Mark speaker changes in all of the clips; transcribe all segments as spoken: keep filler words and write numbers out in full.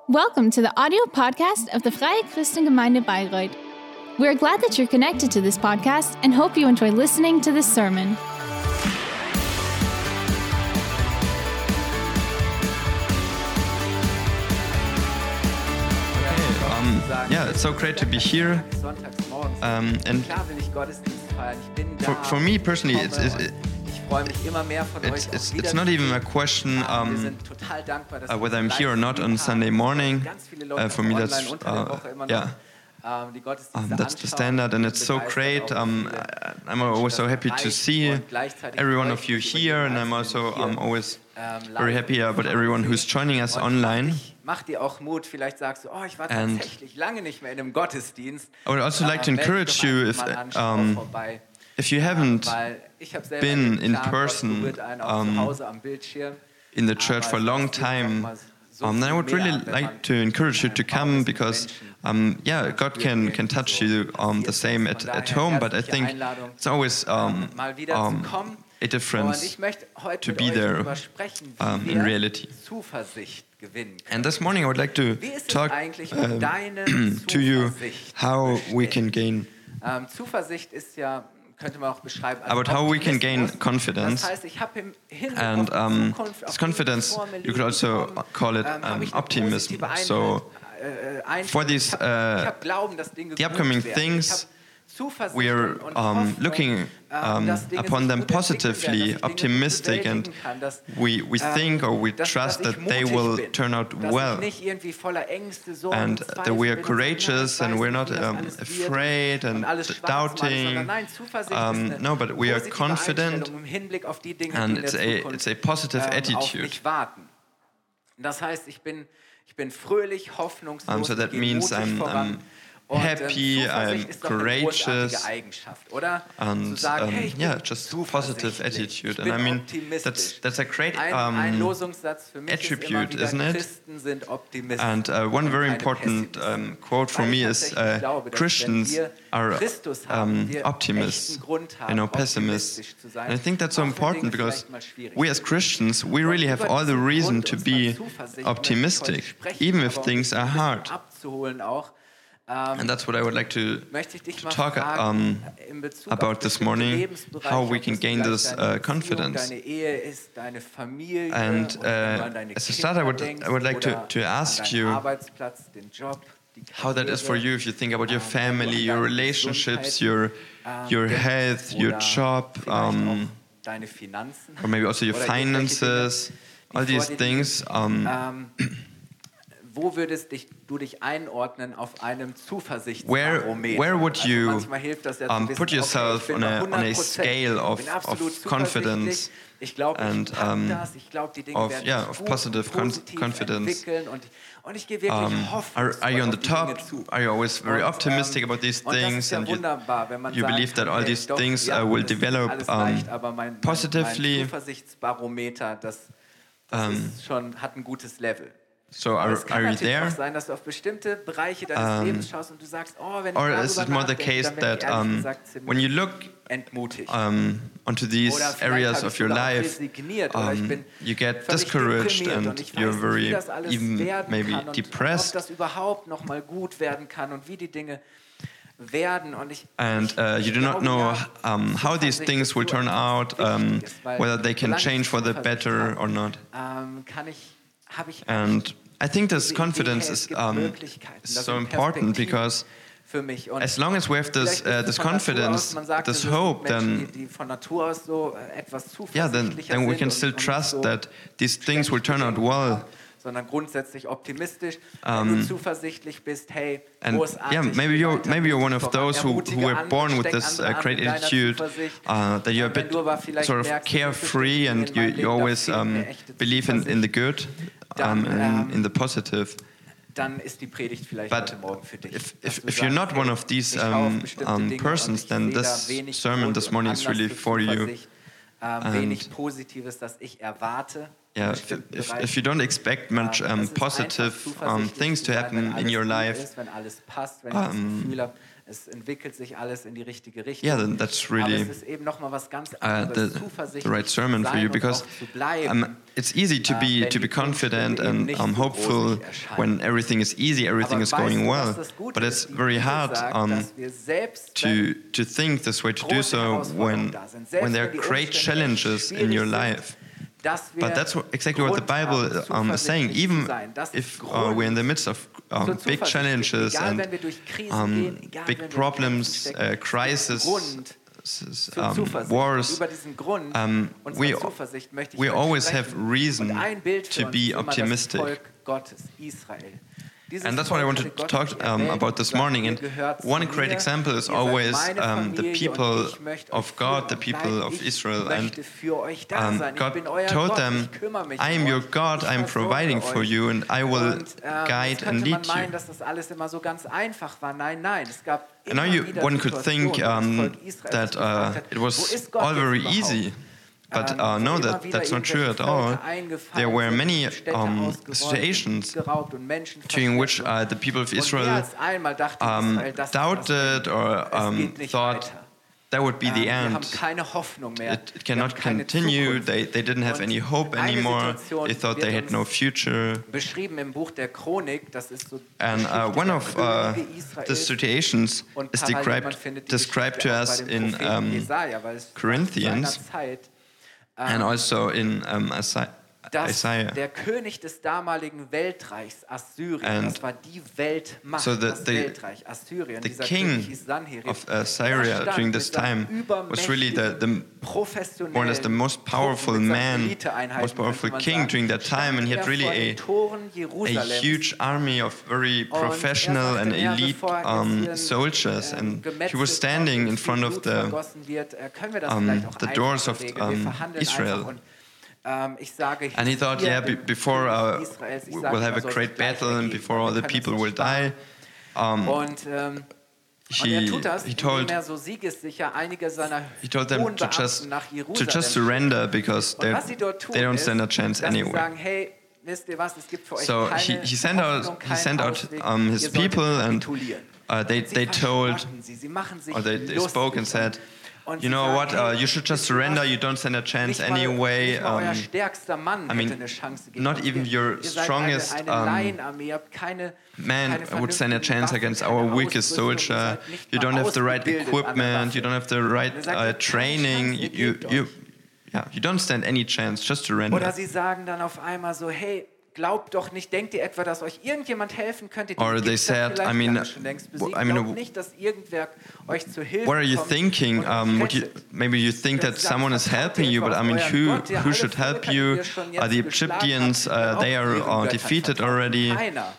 Speaker 1: Welcome to the audio podcast of the Freie Christengemeinde Bayreuth. We are glad that you're connected to this podcast and hope you enjoy listening to this sermon.
Speaker 2: Okay, um, yeah, it's so great to be here. Um, and for, for me personally, it's, it's, it, it's, it's, it's not even a question um, uh, whether I'm here or not on Sunday morning. Uh, for me, that's uh, yeah. Um, that's the standard, and it's so great. Um, I'm always so happy to see every one of you here, and I'm also um, always very happy about everyone who's joining us online.
Speaker 3: Macht dir auch Mut, vielleicht sagst du, oh, ich war tatsächlich lange nicht mehr in einem Gottesdienst.
Speaker 2: I would also like to encourage you if um, if you haven't been in person um, in the church for a long time, um, then I would really like to encourage you to come because um, yeah, God can can touch you um, the same at, at home, but I think it's always um, um, a difference to be there um, in reality. And this morning I would like to talk uh, to you how we can gain about how we can gain confidence. And um, this confidence, you could also call it um, optimism. So for these uh, the upcoming things, we are um, looking um, upon them positively, optimistic, and we, we think or we trust that they will turn out well, and that we are courageous and we're not um, afraid and doubting. Um, no, but we are confident, and it's a, it's a positive attitude. Um, so that means I'm, I'm happy, I'm courageous, and um, yeah, just positive attitude. And I mean, that's that's a great um, attribute, isn't it? And uh, one very important um, quote for me is uh, Christians are um, optimists and no pessimists. And I think that's so important because we as Christians, we really have all the reason to be optimistic, even if things are hard. And that's what I would like to, to talk um, about this morning, how we can gain this uh, confidence. And uh, as a start, I would, I would like to, to ask you how that is for you if you think about your family, your relationships, your, your health, your job, um, or maybe also your finances, all these things. Um,
Speaker 3: Wo würdest dich, du dich einordnen auf einem
Speaker 2: Where,
Speaker 3: Zuversichtsbarometer?
Speaker 2: where would you
Speaker 3: also manchmal hilft das ja
Speaker 2: um,
Speaker 3: zu
Speaker 2: put
Speaker 3: wissen,
Speaker 2: yourself
Speaker 3: okay,
Speaker 2: on, a, on a scale of, of confidence
Speaker 3: ich glaube,
Speaker 2: and
Speaker 3: ich pack
Speaker 2: um,
Speaker 3: das, ich glaube, die Dinge
Speaker 2: of,
Speaker 3: werden
Speaker 2: yeah,
Speaker 3: sich
Speaker 2: of
Speaker 3: gut
Speaker 2: positive
Speaker 3: und
Speaker 2: con-
Speaker 3: positiv
Speaker 2: confidence?
Speaker 3: entwickeln und, und ich gehe wirklich
Speaker 2: Um,
Speaker 3: hoffnungsvoll
Speaker 2: are, are you on the
Speaker 3: auf die
Speaker 2: top?
Speaker 3: Dinge zu.
Speaker 2: Are you always very
Speaker 3: Und,
Speaker 2: optimistic
Speaker 3: ähm,
Speaker 2: about these
Speaker 3: und das ist
Speaker 2: things,
Speaker 3: ja
Speaker 2: and you,
Speaker 3: wunderbar, wenn man
Speaker 2: you
Speaker 3: sagen
Speaker 2: believe that
Speaker 3: kann,
Speaker 2: all
Speaker 3: hey,
Speaker 2: these
Speaker 3: doch,
Speaker 2: things
Speaker 3: ja,
Speaker 2: uh, will
Speaker 3: das ist
Speaker 2: develop
Speaker 3: alles
Speaker 2: um,
Speaker 3: leicht, aber mein, mein,
Speaker 2: positively?
Speaker 3: mein Zuversichtsbarometer, das, das
Speaker 2: Um,
Speaker 3: ist schon, hat ein gutes Level.
Speaker 2: So are,
Speaker 3: Es kann
Speaker 2: are you
Speaker 3: natürlich
Speaker 2: there?
Speaker 3: auch sein, dass du auf bestimmte Bereiche deines
Speaker 2: Um,
Speaker 3: Lebens schaust und du sagst, oh, wenn ich
Speaker 2: Or
Speaker 3: darüber
Speaker 2: is it more the
Speaker 3: nachdenke,
Speaker 2: case
Speaker 3: dann bin ich
Speaker 2: that
Speaker 3: ehrlich
Speaker 2: um,
Speaker 3: gesagt ziemlich
Speaker 2: when you look
Speaker 3: entmutigt.
Speaker 2: um, onto these
Speaker 3: Oder vielleicht
Speaker 2: areas
Speaker 3: habe
Speaker 2: of
Speaker 3: ich
Speaker 2: your
Speaker 3: sogar auch
Speaker 2: life,
Speaker 3: resigniert oder ich
Speaker 2: um,
Speaker 3: bin
Speaker 2: you get
Speaker 3: völlig
Speaker 2: discouraged
Speaker 3: deprimiert und
Speaker 2: and
Speaker 3: ich
Speaker 2: you're
Speaker 3: weiß nicht,
Speaker 2: very
Speaker 3: wie das alles
Speaker 2: even
Speaker 3: werden
Speaker 2: maybe
Speaker 3: kann und, und ob
Speaker 2: depressed.
Speaker 3: das überhaupt noch mal gut werden kann und wie die Dinge werden. Und ich,
Speaker 2: And uh, you do not know um, how these things will turn out, um, whether they can change for the better or not.
Speaker 3: ähm, kann ich, habe ich
Speaker 2: And I think this
Speaker 3: diese
Speaker 2: confidence
Speaker 3: Idee, hey,
Speaker 2: is,
Speaker 3: es gibt
Speaker 2: um,
Speaker 3: Möglichkeiten,
Speaker 2: is
Speaker 3: das
Speaker 2: so
Speaker 3: sind
Speaker 2: important
Speaker 3: Perspektiven
Speaker 2: because
Speaker 3: für mich. Und
Speaker 2: as long as we have this,
Speaker 3: vielleicht ist
Speaker 2: uh,
Speaker 3: es
Speaker 2: this
Speaker 3: von Natur
Speaker 2: confidence,
Speaker 3: aus, man sagt,
Speaker 2: this
Speaker 3: es sind
Speaker 2: hope,
Speaker 3: Menschen,
Speaker 2: then
Speaker 3: die, die von Natur aus so äh, etwas
Speaker 2: yeah, then,
Speaker 3: zuversichtlicher
Speaker 2: then we can
Speaker 3: sind
Speaker 2: still
Speaker 3: und, und
Speaker 2: trust
Speaker 3: so
Speaker 2: that these things will turn out well.
Speaker 3: sondern grundsätzlich optimistisch.
Speaker 2: Um,
Speaker 3: Wenn du zuversichtlich bist, hey,
Speaker 2: And
Speaker 3: großartig,
Speaker 2: yeah, maybe you're
Speaker 3: weiter
Speaker 2: maybe you're one of
Speaker 3: voran,
Speaker 2: those who,
Speaker 3: ermutige
Speaker 2: who were
Speaker 3: andere,
Speaker 2: born with
Speaker 3: steck
Speaker 2: this uh,
Speaker 3: andere
Speaker 2: great
Speaker 3: an deiner
Speaker 2: attitude,
Speaker 3: Zuversicht.
Speaker 2: uh, that you're a
Speaker 3: Wenn
Speaker 2: bit
Speaker 3: du aber vielleicht
Speaker 2: sort of
Speaker 3: merkst,
Speaker 2: carefree
Speaker 3: in
Speaker 2: and you,
Speaker 3: meinem
Speaker 2: you
Speaker 3: Leben, da
Speaker 2: always
Speaker 3: fehlt
Speaker 2: um,
Speaker 3: mir echte
Speaker 2: believe in, in the good, um,
Speaker 3: Dann,
Speaker 2: and in, in the
Speaker 3: ähm,
Speaker 2: positive.
Speaker 3: dann ist die Predigt vielleicht
Speaker 2: But
Speaker 3: heute Morgen für dich.
Speaker 2: if,
Speaker 3: Dass
Speaker 2: if,
Speaker 3: du
Speaker 2: if you're
Speaker 3: sagst,
Speaker 2: not one
Speaker 3: hey,
Speaker 2: of these
Speaker 3: ich schaue auf
Speaker 2: um,
Speaker 3: bestimmte
Speaker 2: um,
Speaker 3: Dinge
Speaker 2: persons,
Speaker 3: und ich
Speaker 2: then
Speaker 3: sehe da
Speaker 2: this
Speaker 3: wenig
Speaker 2: sermon
Speaker 3: Grund
Speaker 2: this
Speaker 3: und
Speaker 2: morning is
Speaker 3: Anlass
Speaker 2: really
Speaker 3: für
Speaker 2: for you.
Speaker 3: Zuversicht, ähm,
Speaker 2: And
Speaker 3: wenig Positives, das ich erwarte.
Speaker 2: Yeah,
Speaker 3: in
Speaker 2: if,
Speaker 3: bestimmten
Speaker 2: if,
Speaker 3: Bereichen.
Speaker 2: if you don't expect much
Speaker 3: Ähm,
Speaker 2: um,
Speaker 3: es ist
Speaker 2: positive
Speaker 3: einfach
Speaker 2: um,
Speaker 3: zuversichtlich
Speaker 2: things
Speaker 3: zu
Speaker 2: to
Speaker 3: sein,
Speaker 2: happen
Speaker 3: wenn
Speaker 2: in
Speaker 3: alles
Speaker 2: your
Speaker 3: gut
Speaker 2: life,
Speaker 3: ist, wenn alles passt, wenn ich das
Speaker 2: um,
Speaker 3: Gefühl habe, es entwickelt sich alles in die richtige Richtung.
Speaker 2: Yeah, then that's really
Speaker 3: Aber es ist eben noch mal was ganz
Speaker 2: uh,
Speaker 3: anderes,
Speaker 2: the,
Speaker 3: zuversichtlich
Speaker 2: the right sermon
Speaker 3: zu
Speaker 2: for
Speaker 3: sein
Speaker 2: you,
Speaker 3: und
Speaker 2: because
Speaker 3: auch zu bleiben,
Speaker 2: um, it's easy to
Speaker 3: äh,
Speaker 2: be
Speaker 3: wenn
Speaker 2: to
Speaker 3: die
Speaker 2: be confident
Speaker 3: Umstände eben
Speaker 2: and
Speaker 3: nicht
Speaker 2: um,
Speaker 3: so
Speaker 2: hopeful
Speaker 3: rosig erscheinen.
Speaker 2: when everything is easy, everything
Speaker 3: Aber
Speaker 2: is
Speaker 3: weißt
Speaker 2: going
Speaker 3: du,
Speaker 2: well.
Speaker 3: was das Gute
Speaker 2: But
Speaker 3: ist?
Speaker 2: it's
Speaker 3: Die
Speaker 2: very
Speaker 3: Bibel
Speaker 2: hard
Speaker 3: sagt,
Speaker 2: um,
Speaker 3: dass wir selbst,
Speaker 2: to
Speaker 3: wenn
Speaker 2: to think this way, to do
Speaker 3: große
Speaker 2: so
Speaker 3: Herausforderungen
Speaker 2: when
Speaker 3: da sind, selbst
Speaker 2: when there are
Speaker 3: wenn die
Speaker 2: great
Speaker 3: Umstände
Speaker 2: challenges in your
Speaker 3: schwierig sind,
Speaker 2: life.
Speaker 3: dass wir
Speaker 2: But that's what, exactly what the
Speaker 3: Grund
Speaker 2: Bible
Speaker 3: haben,
Speaker 2: um, is saying.
Speaker 3: zuversichtlich
Speaker 2: Even
Speaker 3: zu sein. Das ist
Speaker 2: if uh,
Speaker 3: Grund
Speaker 2: we're in the midst of um,
Speaker 3: zur
Speaker 2: big
Speaker 3: Zuversicht.
Speaker 2: challenges
Speaker 3: Egal,
Speaker 2: and
Speaker 3: wenn wir durch Krisen
Speaker 2: um,
Speaker 3: gehen, egal,
Speaker 2: big
Speaker 3: wenn wir in
Speaker 2: problems,
Speaker 3: Kämpfen
Speaker 2: uh,
Speaker 3: stecken,
Speaker 2: crises,
Speaker 3: Grund
Speaker 2: s-
Speaker 3: zur
Speaker 2: um,
Speaker 3: Zuversicht.
Speaker 2: wars,
Speaker 3: Und über diesen Grund
Speaker 2: um,
Speaker 3: unserer
Speaker 2: we,
Speaker 3: Zuversicht möchte ich
Speaker 2: we
Speaker 3: heute
Speaker 2: always
Speaker 3: sprechen.
Speaker 2: have reason
Speaker 3: Und ein Bild für
Speaker 2: to
Speaker 3: uns
Speaker 2: be
Speaker 3: ist immer
Speaker 2: optimistic.
Speaker 3: das Volk Gottes, Israel. Dieses
Speaker 2: And that's what I
Speaker 3: Volk
Speaker 2: wanted
Speaker 3: hatte
Speaker 2: to
Speaker 3: Gott
Speaker 2: talk
Speaker 3: sich
Speaker 2: um,
Speaker 3: erwählt
Speaker 2: about
Speaker 3: und
Speaker 2: this
Speaker 3: gesagt,
Speaker 2: morning.
Speaker 3: ihr
Speaker 2: And
Speaker 3: gehört zu
Speaker 2: one great
Speaker 3: mir,
Speaker 2: example is
Speaker 3: ihr seid
Speaker 2: always
Speaker 3: meine
Speaker 2: um, the
Speaker 3: Familie
Speaker 2: people
Speaker 3: und ich möchte
Speaker 2: of
Speaker 3: euch
Speaker 2: God,
Speaker 3: führen
Speaker 2: the
Speaker 3: und
Speaker 2: people
Speaker 3: bleiben.
Speaker 2: of
Speaker 3: Ich
Speaker 2: Israel. And
Speaker 3: möchte für euch da
Speaker 2: um,
Speaker 3: sein. Ich
Speaker 2: God
Speaker 3: bin euer
Speaker 2: told
Speaker 3: Gott.
Speaker 2: them,
Speaker 3: Ich kümmere mich
Speaker 2: I am
Speaker 3: um
Speaker 2: your
Speaker 3: euch.
Speaker 2: God,
Speaker 3: Ich
Speaker 2: I am
Speaker 3: versorge
Speaker 2: providing for
Speaker 3: euch.
Speaker 2: you, and I will
Speaker 3: Und, ähm,
Speaker 2: guide
Speaker 3: jetzt
Speaker 2: and
Speaker 3: könnte man
Speaker 2: lead
Speaker 3: meinen,
Speaker 2: you.
Speaker 3: dass das alles immer so ganz einfach war. Nein, nein. Es gab
Speaker 2: And now
Speaker 3: immer
Speaker 2: you,
Speaker 3: wieder
Speaker 2: one could think
Speaker 3: Situationen, wo das
Speaker 2: um,
Speaker 3: Volk Israel
Speaker 2: that
Speaker 3: sich gefragt
Speaker 2: uh,
Speaker 3: hat,
Speaker 2: it
Speaker 3: wo
Speaker 2: was
Speaker 3: ist Gott
Speaker 2: all
Speaker 3: jetzt
Speaker 2: very
Speaker 3: überhaupt?
Speaker 2: easy. But
Speaker 3: Ähm,
Speaker 2: uh,
Speaker 3: wo
Speaker 2: no,
Speaker 3: immer
Speaker 2: that,
Speaker 3: wieder
Speaker 2: that's not true
Speaker 3: irgendwelche
Speaker 2: at all.
Speaker 3: Völker eingefallen
Speaker 2: There were
Speaker 3: sind,
Speaker 2: many
Speaker 3: Städte
Speaker 2: um,
Speaker 3: ausgerottet,
Speaker 2: situations
Speaker 3: geraubt und Menschen
Speaker 2: during which
Speaker 3: verschleppt.
Speaker 2: uh, the people of
Speaker 3: Und mehr
Speaker 2: Israel
Speaker 3: als einmal dachte
Speaker 2: um,
Speaker 3: Israel, das ist das
Speaker 2: doubted
Speaker 3: Ende.
Speaker 2: or
Speaker 3: Es
Speaker 2: um,
Speaker 3: geht nicht
Speaker 2: thought
Speaker 3: weiter.
Speaker 2: that would be
Speaker 3: Ähm,
Speaker 2: the
Speaker 3: wir haben
Speaker 2: end.
Speaker 3: keine Hoffnung mehr.
Speaker 2: It, it
Speaker 3: Wir haben
Speaker 2: cannot
Speaker 3: keine
Speaker 2: continue.
Speaker 3: Zukunft.
Speaker 2: They, they didn't have
Speaker 3: Und
Speaker 2: any hope
Speaker 3: eine
Speaker 2: anymore.
Speaker 3: Situation
Speaker 2: They thought
Speaker 3: wird
Speaker 2: they had no
Speaker 3: uns
Speaker 2: future.
Speaker 3: beschrieben im Buch der Chronik, das ist so
Speaker 2: And uh,
Speaker 3: Geschichte
Speaker 2: one
Speaker 3: der
Speaker 2: of uh,
Speaker 3: Könige Israels.
Speaker 2: the situations
Speaker 3: Und
Speaker 2: is
Speaker 3: parallel, man
Speaker 2: described,
Speaker 3: findet die
Speaker 2: described to
Speaker 3: Geschichte auch
Speaker 2: us
Speaker 3: bei dem
Speaker 2: in
Speaker 3: Propheten
Speaker 2: um,
Speaker 3: Jesaja, weil es
Speaker 2: Corinthians
Speaker 3: zu seiner Zeit,
Speaker 2: and
Speaker 3: ähm,
Speaker 2: also in um, Isaiah.
Speaker 3: dass
Speaker 2: Isaiah.
Speaker 3: der König des damaligen Weltreichs Assyrien,
Speaker 2: And
Speaker 3: das war die Weltmacht,
Speaker 2: so the-
Speaker 3: das
Speaker 2: the-
Speaker 3: Weltreich Assyrien,
Speaker 2: The
Speaker 3: dieser
Speaker 2: king
Speaker 3: König hieß Sanherib,
Speaker 2: of Assyria
Speaker 3: der
Speaker 2: during
Speaker 3: stand
Speaker 2: this
Speaker 3: mit seinen
Speaker 2: time was really the, the
Speaker 3: professionellen
Speaker 2: more or less the most powerful
Speaker 3: Truppen, mit
Speaker 2: man,
Speaker 3: seinen Eliteeinheiten,
Speaker 2: most powerful
Speaker 3: könnte man
Speaker 2: king
Speaker 3: sagen,
Speaker 2: during that time, and he had
Speaker 3: stand
Speaker 2: really
Speaker 3: er vor
Speaker 2: a
Speaker 3: den Toren
Speaker 2: a
Speaker 3: Jerusalems.
Speaker 2: huge army of very
Speaker 3: Und er
Speaker 2: professional
Speaker 3: sagte
Speaker 2: and
Speaker 3: mir,
Speaker 2: elite
Speaker 3: bevor jetzt
Speaker 2: um,
Speaker 3: hier ein,
Speaker 2: soldiers,
Speaker 3: ähm,
Speaker 2: and he
Speaker 3: gemetzelt
Speaker 2: was standing
Speaker 3: wird,
Speaker 2: in
Speaker 3: viel
Speaker 2: front of
Speaker 3: Blut
Speaker 2: the
Speaker 3: vergossen wird, äh, können wir das
Speaker 2: um,
Speaker 3: vielleicht auch
Speaker 2: the
Speaker 3: einfach
Speaker 2: doors of
Speaker 3: regeln. Wir
Speaker 2: um,
Speaker 3: verhandeln
Speaker 2: Israel.
Speaker 3: einfach und ähm, ich sage,
Speaker 2: And he thought,
Speaker 3: hier
Speaker 2: yeah, be-
Speaker 3: im
Speaker 2: before uh,
Speaker 3: König Israels, ich
Speaker 2: we-
Speaker 3: sage,
Speaker 2: we'll have
Speaker 3: man
Speaker 2: a
Speaker 3: soll
Speaker 2: great
Speaker 3: sich gleich
Speaker 2: battle and
Speaker 3: ergeben,
Speaker 2: before
Speaker 3: wir
Speaker 2: all the
Speaker 3: können es
Speaker 2: people
Speaker 3: uns
Speaker 2: will
Speaker 3: sparen.
Speaker 2: die. Um,
Speaker 3: Und, ähm, und
Speaker 2: he,
Speaker 3: er tut das,
Speaker 2: he
Speaker 3: indem
Speaker 2: told
Speaker 3: er so siegessicher einige seiner
Speaker 2: he told them
Speaker 3: hohen
Speaker 2: to
Speaker 3: Beamten
Speaker 2: just
Speaker 3: nach
Speaker 2: to
Speaker 3: Jerusalem
Speaker 2: just surrender because
Speaker 3: Und
Speaker 2: they
Speaker 3: was sie dort tun,
Speaker 2: they don't
Speaker 3: ist,
Speaker 2: stand a chance
Speaker 3: dass sie
Speaker 2: anyway.
Speaker 3: sagen, hey, wisst ihr was, es gibt für euch
Speaker 2: So
Speaker 3: keine
Speaker 2: he, he sent out
Speaker 3: Hoffnung,
Speaker 2: he
Speaker 3: keinen
Speaker 2: sent out
Speaker 3: Ausweg,
Speaker 2: um, his
Speaker 3: ihr solltet
Speaker 2: people and
Speaker 3: kapitulieren.
Speaker 2: uh, they
Speaker 3: Sie
Speaker 2: they told
Speaker 3: verspotten sie, sie machen sich
Speaker 2: or they, they
Speaker 3: lustig
Speaker 2: spoke and said,
Speaker 3: und
Speaker 2: you
Speaker 3: sie
Speaker 2: know
Speaker 3: sagen,
Speaker 2: what, uh,
Speaker 3: hey,
Speaker 2: you should just
Speaker 3: wisst ihr was?
Speaker 2: surrender. You don't stand a chance
Speaker 3: Nicht mal,
Speaker 2: anyway.
Speaker 3: nicht mal euer
Speaker 2: Um,
Speaker 3: stärkster Mann
Speaker 2: I mean,
Speaker 3: hätte eine Chance gegeben.
Speaker 2: not
Speaker 3: Und
Speaker 2: even
Speaker 3: ihr,
Speaker 2: your
Speaker 3: ihr seid
Speaker 2: strongest,
Speaker 3: eine, eine
Speaker 2: um,
Speaker 3: Laienarmee, ihr habt keine,
Speaker 2: man
Speaker 3: keine
Speaker 2: would stand a
Speaker 3: vernünftigen
Speaker 2: chance
Speaker 3: Waffen,
Speaker 2: against
Speaker 3: keine
Speaker 2: our weakest
Speaker 3: Ausrüstung, ihr
Speaker 2: soldier.
Speaker 3: seid nicht
Speaker 2: You
Speaker 3: mal
Speaker 2: don't have the right
Speaker 3: ausgebildet an der
Speaker 2: equipment. You
Speaker 3: Waffe.
Speaker 2: don't have the right
Speaker 3: Und er sagt,
Speaker 2: uh,
Speaker 3: ihr habt keine
Speaker 2: training.
Speaker 3: Chance, ihr
Speaker 2: You
Speaker 3: gebt
Speaker 2: you
Speaker 3: euch.
Speaker 2: yeah. You don't stand any chance. Just surrender.
Speaker 3: Oder sie sagen dann auf einmal so, hey, glaubt doch nicht, denkt ihr etwa, dass euch irgendjemand helfen könnte?
Speaker 2: Or they
Speaker 3: gibt's ja
Speaker 2: said,
Speaker 3: vielleicht
Speaker 2: I mean,
Speaker 3: gar schon längst besiegt.
Speaker 2: I mean,
Speaker 3: Glaubt nicht, dass irgendwer euch zu Hilfe
Speaker 2: What are you
Speaker 3: kommt
Speaker 2: thinking?
Speaker 3: und euch
Speaker 2: Um, would you,
Speaker 3: rettet.
Speaker 2: maybe you think that someone is helping you, but I mean, who who should help you? Uh, the Egyptians, uh, they are uh, defeated already.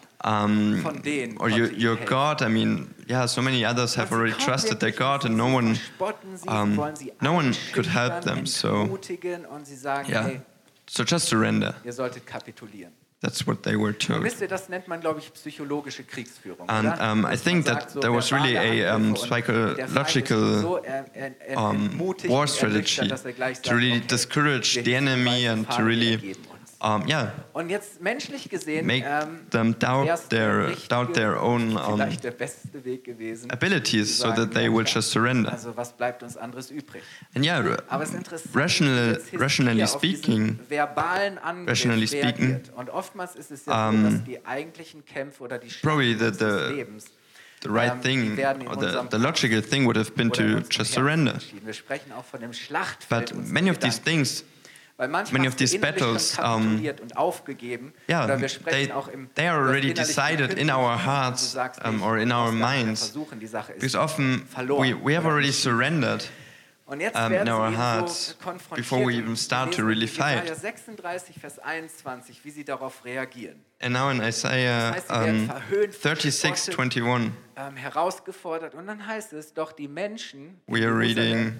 Speaker 2: Um,
Speaker 3: Von denen
Speaker 2: or your,
Speaker 3: konnte
Speaker 2: your
Speaker 3: ihnen helfen.
Speaker 2: God, I mean, yeah, so many others have
Speaker 3: Und sie
Speaker 2: already
Speaker 3: kommen
Speaker 2: trusted their
Speaker 3: wirklich
Speaker 2: God,
Speaker 3: und
Speaker 2: and no
Speaker 3: sie
Speaker 2: one,
Speaker 3: verspotten sie,
Speaker 2: um,
Speaker 3: sie wollen sie
Speaker 2: no one could
Speaker 3: einschüchtern,
Speaker 2: help them. So,
Speaker 3: entmutigen und sie sagen,
Speaker 2: yeah,
Speaker 3: hey,
Speaker 2: so just surrender.
Speaker 3: ihr solltet kapitulieren.
Speaker 2: That's what they were
Speaker 3: Und
Speaker 2: told.
Speaker 3: wisst ihr, das nennt man, glaube ich, psychologische Kriegsführung.
Speaker 2: And
Speaker 3: oder?
Speaker 2: um, I
Speaker 3: Dass
Speaker 2: think
Speaker 3: man
Speaker 2: that
Speaker 3: sagt, so,
Speaker 2: there was
Speaker 3: verbale
Speaker 2: really a um,
Speaker 3: Angriffe und der Feind ist
Speaker 2: psychological
Speaker 3: so er- er- er-
Speaker 2: um,
Speaker 3: entmutigt
Speaker 2: war
Speaker 3: und ernüchtert,
Speaker 2: strategy
Speaker 3: dass er gleich
Speaker 2: to
Speaker 3: sagt,
Speaker 2: really
Speaker 3: okay,
Speaker 2: discourage
Speaker 3: wir
Speaker 2: the enemy and to
Speaker 3: fahren, wir
Speaker 2: really,
Speaker 3: ergeben uns.
Speaker 2: um, yeah,
Speaker 3: Und jetzt menschlich gesehen,
Speaker 2: make
Speaker 3: ähm,
Speaker 2: them doubt
Speaker 3: wär's der
Speaker 2: their
Speaker 3: richtige,
Speaker 2: doubt their own um,
Speaker 3: vielleicht der beste Weg gewesen,
Speaker 2: abilities,
Speaker 3: zu
Speaker 2: so
Speaker 3: sagen,
Speaker 2: that they
Speaker 3: ja,
Speaker 2: will
Speaker 3: klar,
Speaker 2: just surrender.
Speaker 3: Also was bleibt uns anderes übrig?
Speaker 2: And yeah,
Speaker 3: Aber es ist interessant,
Speaker 2: rational,
Speaker 3: dass Hiskia
Speaker 2: rationally
Speaker 3: auf diesen
Speaker 2: speaking,
Speaker 3: verbalen Angriff
Speaker 2: rationally speaking,
Speaker 3: reagiert. Und oftmals ist es ja
Speaker 2: um,
Speaker 3: so, dass die eigentlichen Kämpfe oder die
Speaker 2: probably
Speaker 3: Schlachten
Speaker 2: the,
Speaker 3: unseres
Speaker 2: the,
Speaker 3: Lebens
Speaker 2: the right
Speaker 3: ähm, die
Speaker 2: thing,
Speaker 3: werden in
Speaker 2: or the,
Speaker 3: unserem
Speaker 2: the logical thing would have been
Speaker 3: oder in
Speaker 2: to
Speaker 3: unserem
Speaker 2: just
Speaker 3: Herzen
Speaker 2: surrender.
Speaker 3: entschieden. Wir sprechen auch von dem Schlachtfeld
Speaker 2: But
Speaker 3: unserer
Speaker 2: many of these
Speaker 3: Gedanken.
Speaker 2: things,
Speaker 3: Weil manchmal
Speaker 2: many of
Speaker 3: hast du
Speaker 2: these
Speaker 3: innerlich
Speaker 2: battles,
Speaker 3: schon kapituliert und aufgegeben.
Speaker 2: yeah,
Speaker 3: Oder wir sprechen
Speaker 2: they,
Speaker 3: auch im
Speaker 2: they are
Speaker 3: du hast
Speaker 2: already
Speaker 3: innerlich
Speaker 2: decided
Speaker 3: gekündigt
Speaker 2: in our
Speaker 3: und du
Speaker 2: hearts
Speaker 3: sagst
Speaker 2: um,
Speaker 3: nicht,
Speaker 2: or in
Speaker 3: du
Speaker 2: our
Speaker 3: brauchst gar nicht mehr
Speaker 2: minds.
Speaker 3: versuchen, die Sache ist
Speaker 2: Because often
Speaker 3: verloren
Speaker 2: we, we have
Speaker 3: oder
Speaker 2: already
Speaker 3: entschieden.
Speaker 2: surrendered
Speaker 3: Und jetzt
Speaker 2: um,
Speaker 3: werden
Speaker 2: in our
Speaker 3: sie
Speaker 2: hearts
Speaker 3: so konfrontiert
Speaker 2: before we
Speaker 3: und
Speaker 2: even start
Speaker 3: wir
Speaker 2: to
Speaker 3: lesen
Speaker 2: really
Speaker 3: in Jesaja
Speaker 2: fight.
Speaker 3: sechsunddreißig, Vers einundzwanzig, wie sie darauf reagieren.
Speaker 2: And now in Isaiah
Speaker 3: Das heißt, sie werden
Speaker 2: um,
Speaker 3: verhöhnt,
Speaker 2: thirty-six
Speaker 3: verspottet,
Speaker 2: twenty-one,
Speaker 3: ähm, herausgefordert. Und dann heißt es, doch die Menschen in
Speaker 2: we are
Speaker 3: Jerusalem
Speaker 2: reading,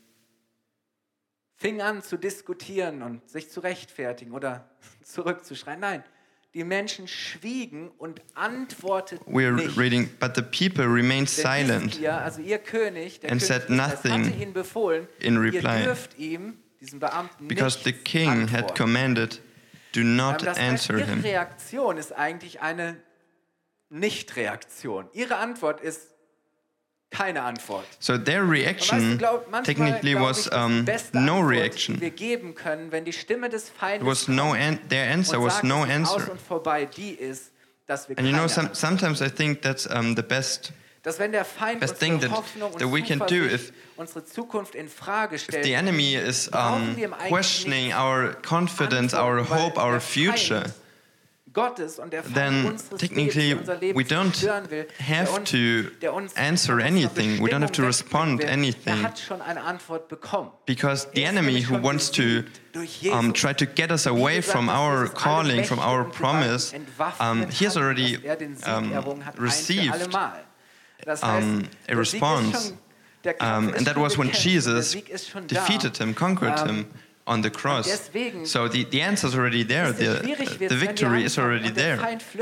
Speaker 3: fingen an zu diskutieren und sich zu rechtfertigen oder zurückzuschreien. Nein, die Menschen schwiegen und antworteten
Speaker 2: we are
Speaker 3: nicht.
Speaker 2: reading, but the people remained
Speaker 3: Denn
Speaker 2: silent
Speaker 3: Hiskia, also ihr König, der
Speaker 2: and
Speaker 3: König
Speaker 2: said
Speaker 3: Israels,
Speaker 2: nothing
Speaker 3: hatte ihnen befohlen,
Speaker 2: in
Speaker 3: ihr
Speaker 2: reply,
Speaker 3: dürft ihm, diesem Beamten,
Speaker 2: because the
Speaker 3: nichts
Speaker 2: king had
Speaker 3: antworten.
Speaker 2: commanded, do not
Speaker 3: Ähm, das heißt,
Speaker 2: answer
Speaker 3: ihre
Speaker 2: him.
Speaker 3: Reaktion ist eigentlich eine Nicht-Reaktion. Ihre Antwort ist keine Antwort.
Speaker 2: So their reaction weißt du, glaub, technically was ich, um, no
Speaker 3: Antwort,
Speaker 2: reaction.
Speaker 3: Die wir geben können, wenn die Stimme des Feindes
Speaker 2: was no an- their answer was no answer.
Speaker 3: Aus und vorbei, die ist, dass wir
Speaker 2: And you know, some, sometimes I think that's um, the best.
Speaker 3: Dass wenn der Feind
Speaker 2: best thing that,
Speaker 3: Hoffnung und
Speaker 2: that we can do if,
Speaker 3: unsere Zukunft in Frage stellt,
Speaker 2: if the enemy is um, questioning our confidence, our hope, our future,
Speaker 3: Gottes und der
Speaker 2: then technically we don't
Speaker 3: will,
Speaker 2: have
Speaker 3: uns,
Speaker 2: to
Speaker 3: uns
Speaker 2: answer anything. We don't have to respond
Speaker 3: will,
Speaker 2: anything.
Speaker 3: Hat schon eine Antwort bekommen.
Speaker 2: Because the enemy who wants to um, try to get us away from our calling, from our promise, um, he has already um, received um, a response. Um, and that was when Jesus defeated him, conquered him on the cross. So the, the answer is already there. The, the victory is already there.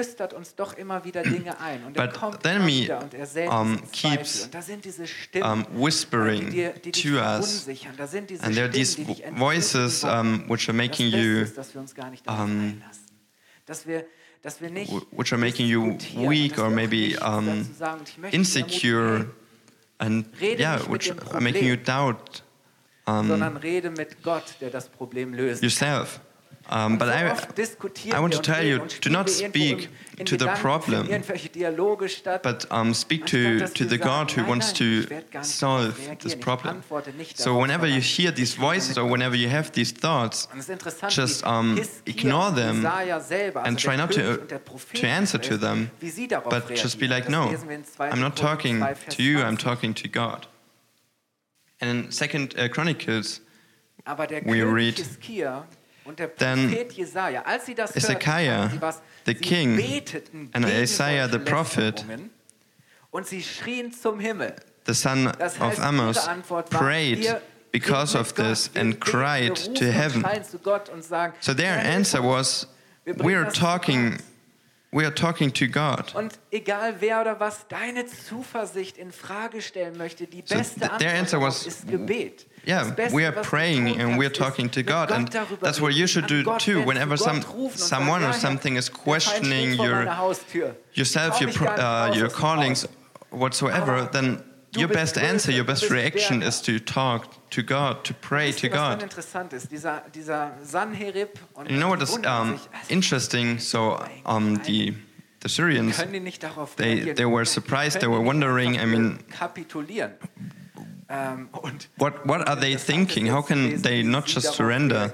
Speaker 2: But the enemy um, keeps um, whispering to us. And there are these voices um, which are making you um, which are making you weak or maybe um, insecure and yeah, which are making you doubt Um,
Speaker 3: sondern rede mit Gott, der das Problem löst.
Speaker 2: Yourself. Um, but I, I want to tell you, do not speak to the problem, but um, speak to, to the God who wants to solve this problem. So whenever you hear these voices or whenever you have these thoughts, just um, ignore them and try not to, to answer to them, but just be like, no, I'm not talking to you, I'm talking to God. And in Second uh, Chronicles, we read, then Hezekiah, the king, and Isaiah the prophet, the son of Amos, prayed because of this and cried to heaven. So their answer was, we are talking We are talking to God.
Speaker 3: Und egal wer oder was deine Zuversicht in Frage stellen möchte, die beste
Speaker 2: so th- Antwort
Speaker 3: was, ist Gebet.
Speaker 2: Yeah, we are praying and we are talking to God, and that's what you should do too. Whenever some someone or something is questioning your yourself, your uh, your callings, whatsoever, then your best answer, your best reaction is to talk to God, to pray to God. You know what is um, interesting? So um, the the Syrians, they they were surprised, they were wondering. I mean, what what are they thinking? How can they not just surrender?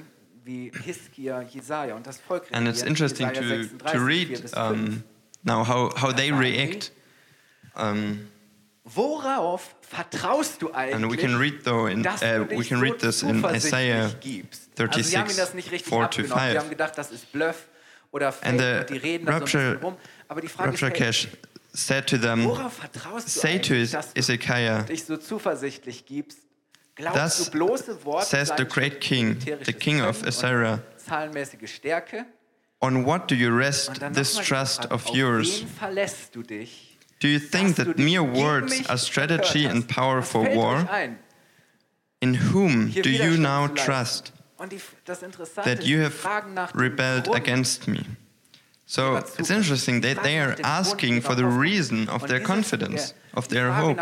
Speaker 2: And it's interesting to to read um, now how how they react. Um,
Speaker 3: Worauf vertraust du eigentlich,
Speaker 2: and we can read though in uh, we can read this in Isaiah thirty-six, four to five.
Speaker 3: Wir haben gedacht, das ist Bluff oder Fake,
Speaker 2: and the
Speaker 3: und die reden da so ein bisschen rum. Aber die Frage ist,
Speaker 2: hey, said to them, say to Hezekiah,
Speaker 3: dich so zuversichtlich gibst.
Speaker 2: Thus says the great king, the king of Assyria,
Speaker 3: zahlenmäßige Stärke.
Speaker 2: On what do you rest this trust of yours?
Speaker 3: Verlässt du dich?
Speaker 2: Do you think that mere words are strategy and power for war? In whom do you now trust that you have rebelled against me? So it's interesting that they are asking for the reason of their confidence, of their hope.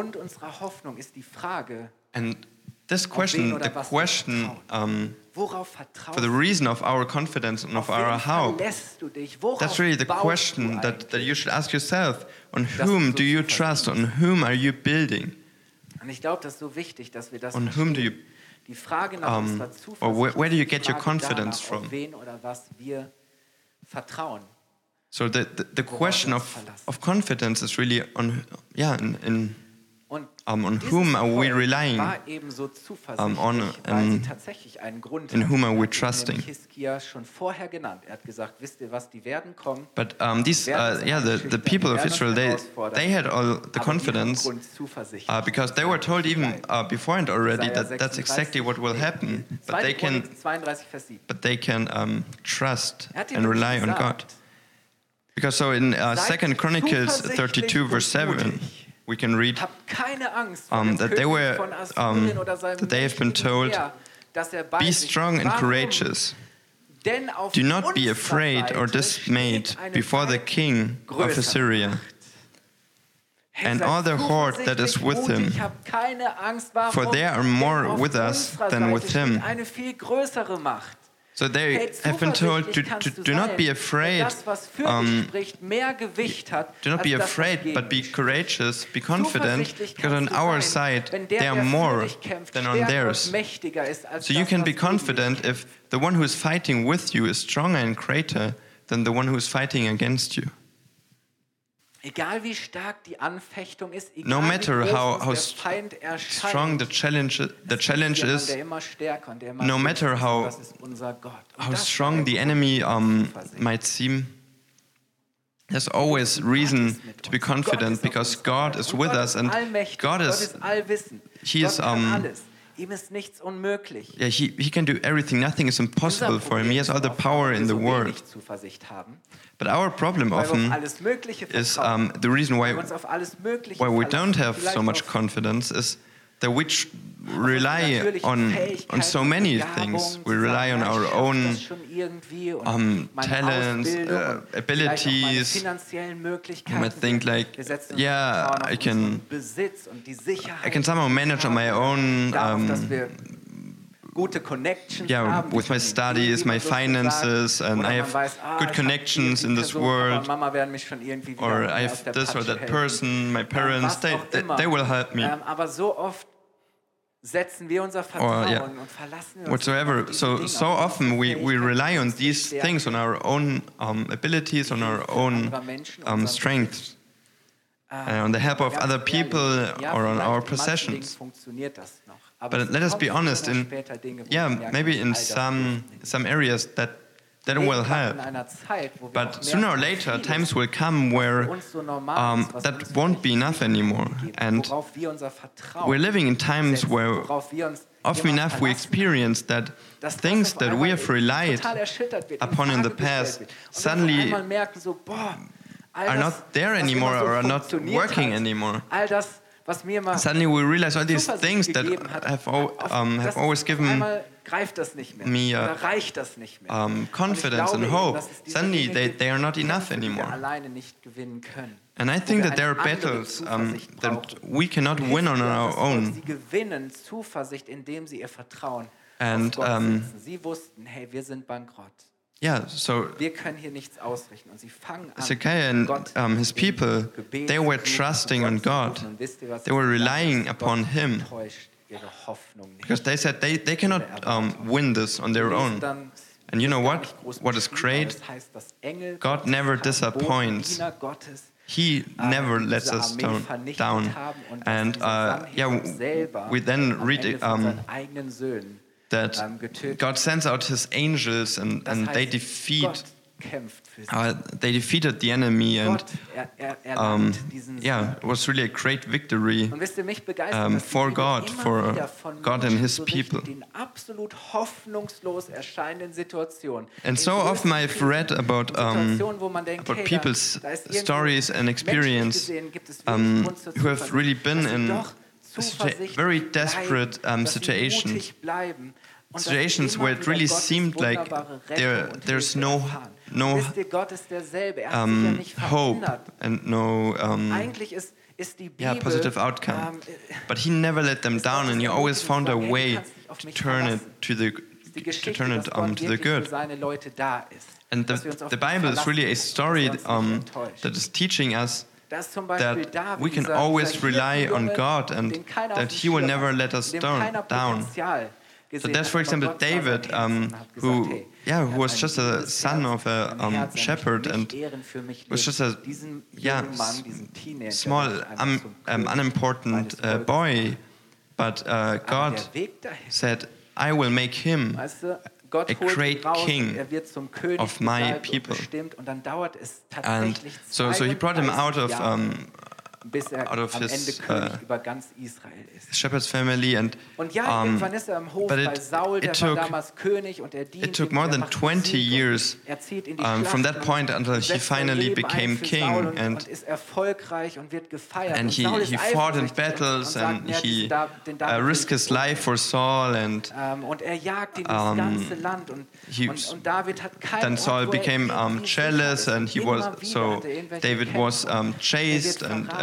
Speaker 2: And this question, the question um, for the reason of our confidence and of our hope, that's really the question that, that you should ask yourself. On whom do you trust? On whom are you building? On whom do you, um, or where, where do you get your confidence from? So the, the, the question of, of confidence is really on, yeah, in, in Um, on whom are we relying? Um, on, um, in whom are we trusting? But um, these, uh, yeah, the, the people of Israel, they, they had all the confidence uh, because they were told even uh, beforehand already that that's exactly what will happen. But they can, but they can um, trust and rely on God. Because so in uh, Second Chronicles thirty-two, verse seven, we can read um, that they were, um, that they have been told, be strong and courageous. Do not be afraid or dismayed before the king of Assyria. and all the horde that is with him. For they are more with us than with him. So they have been told to, to do not be afraid, um, do not be afraid, but be courageous, be confident, because on our side they are more than on theirs. So you can be confident if the one who is fighting with you is stronger and greater than the one who is fighting against you.
Speaker 3: Egal wie stark die Anfechtung ist, egal
Speaker 2: no matter
Speaker 3: wie
Speaker 2: how, how
Speaker 3: der Feind erscheint,
Speaker 2: strong the challenge, the challenge is, no matter how, how strong the enemy um, might seem, there's always reason to be confident because God is with us and God is, He is, um,
Speaker 3: Ihm ist nichts unmöglich.
Speaker 2: Yeah, he, he can do everything. Nothing is impossible for him. He has all the power in the world. But our problem often is um, the reason why, why we don't have so much confidence is that we tr- rely on, on so many things. We rely on our own um, talents, uh, abilities. You might think like, yeah, I can, I can somehow manage on my own, um, yeah, with my studies, my finances, and I have good connections in this world, or I have this or that person, my parents, they, they, they will help me.
Speaker 3: Setzen wir unser Vertrauen
Speaker 2: or, yeah,
Speaker 3: und verlassen wir
Speaker 2: whatsoever. So so often we, we rely on these things, on our own um, abilities, on our own um, strengths, uh, on the help of other people, or on our possessions. But let us be honest, in yeah, maybe in some some areas that that will help. But sooner or later, times will come where um, that won't be enough anymore. And we're living in times where often enough we experience that things that we have relied upon in the past suddenly are not there anymore or are not working anymore. Suddenly we realize all these things that have, um, have always given me uh, um, confidence and hope. Suddenly they, they are not enough anymore. And I think that there are battles um, that we cannot win on our own. And um, yeah, so Hezekiah and um, his people, they were trusting on God. They were relying upon Him. Because they said they, they cannot um, win this on their own. And you know what? What is great? God never disappoints. He never lets us down. down. And uh, yeah, we then read um, that God sends out His angels and, and they defeat uh, they defeated the enemy, and um, yeah, it was really a great victory um, for God, for God and His people. And so often I've read about um, about people's stories and experience um, who have really been in very desperate um, situations. Situations where it really seemed like there, there's no, no um, hope and no um, yeah, positive outcome. But He never let them down, and He always found a way to turn it to the to turn it um, to the good. And the, the Bible is really a story um, that is teaching us that we can always rely on God and that He will never let us down. down. So that's, for example, David, um, who, yeah, who was just a son of a um, shepherd and was just a yeah, s- small, um, um, unimportant uh, boy. But uh, God said, I will make him a great king of my people. And so, so He brought him out of um, out of his uh, shepherd's family, and um, but it, it took it took more than twenty years um, from that point until he finally became king, and and he, he fought in battles, and he uh, risked his life for Saul, and um, he, then Saul became um, jealous, and he was so David was um, chased and uh,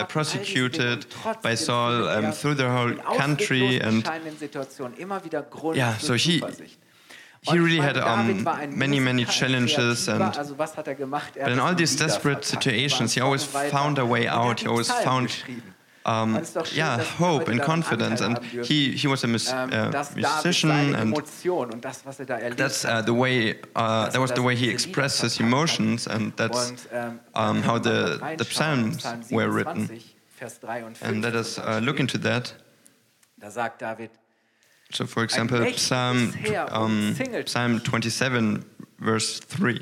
Speaker 2: persecuted by Saul um, through the whole country, and yeah, so he he really had um, many many challenges, and but in all these desperate situations, he always found a way out. He always found Um, yeah, hope and confidence, and he, he was a mus- uh, musician, and that's uh, the way uh, that was the way he expressed his emotions, and that's um, how the the psalms were written. And let us uh, look into that. So, for example, Psalm um, Psalm twenty-seven, verse three.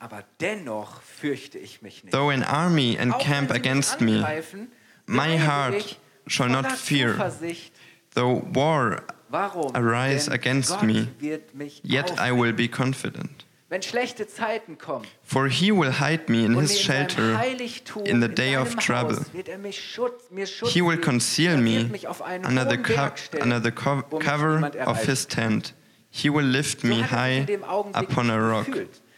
Speaker 2: Though an army encamp against me, my heart shall not fear. Though war arise against me, yet I will be confident. For he will hide me in his shelter in the day of trouble. He will conceal me under the, co- under the co- cover of his tent. He will lift me high upon a rock.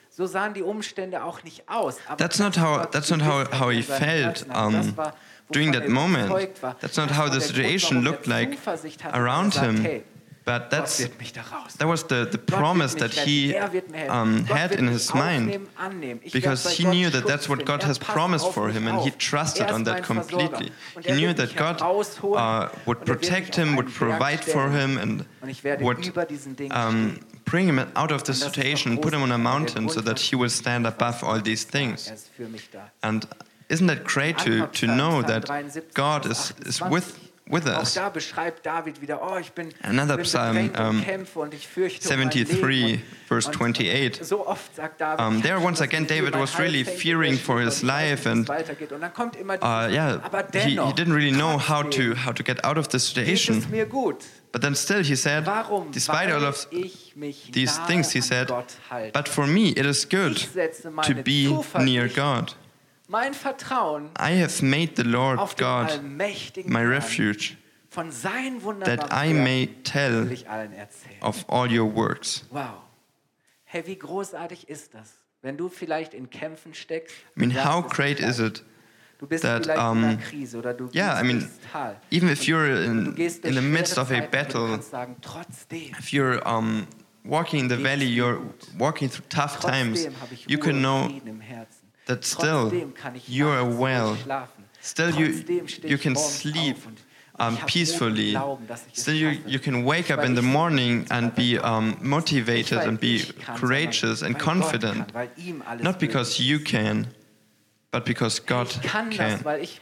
Speaker 2: That's not how, that's not how, how he felt um, during that moment. That's not how the situation looked like around him. But that's, that was the, the promise that he um, had in his mind, because he knew that that's what God has promised for him, and he trusted on that completely. He knew that God uh, would protect him, would provide for him, and would um, bring him out of the situation, put him on a mountain so that he will stand above all these things. And isn't that great to, to know that God is, is with with us? Another psalm, um, seventy-three, verse twenty-eight. Um, there, once again, David was really fearing for his life, and uh, yeah, he, he didn't really know how to how to get out of the situation. But then still, he said, despite all of these things, he said, "But for me, it is good to be near God. I have made the Lord God my refuge, that I may tell of all your works."
Speaker 3: Wow. Hey, wie großartig ist das, wenn du vielleicht in Kämpfen steckst?
Speaker 2: I mean, how great is it that, um, yeah, I mean, even if you're in, in the midst of a battle, if you're um, walking in the valley, you're walking through tough times, you can know that still you are well, still you, you can sleep um, peacefully, still you, you can wake up in the morning and be um, motivated and be courageous and confident, not because you can, but because God can.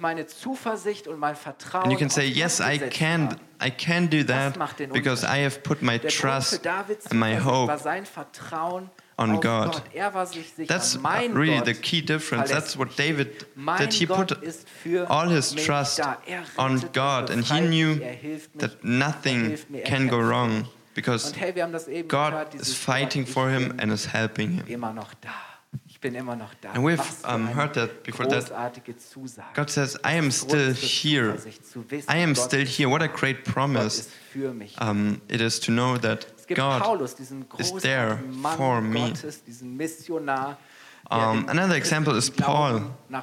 Speaker 2: And you can say, yes, I can, I can do that because I have put my trust and my hope on God. That's really the key difference. That's what David, that he put all his trust on God, and he knew that nothing can go wrong because God is fighting for him and is helping him. And we've um, heard that before, that God says, I am still here. I am still here. What a great promise um, it is to know that God is there for me. Um, another example is Paul.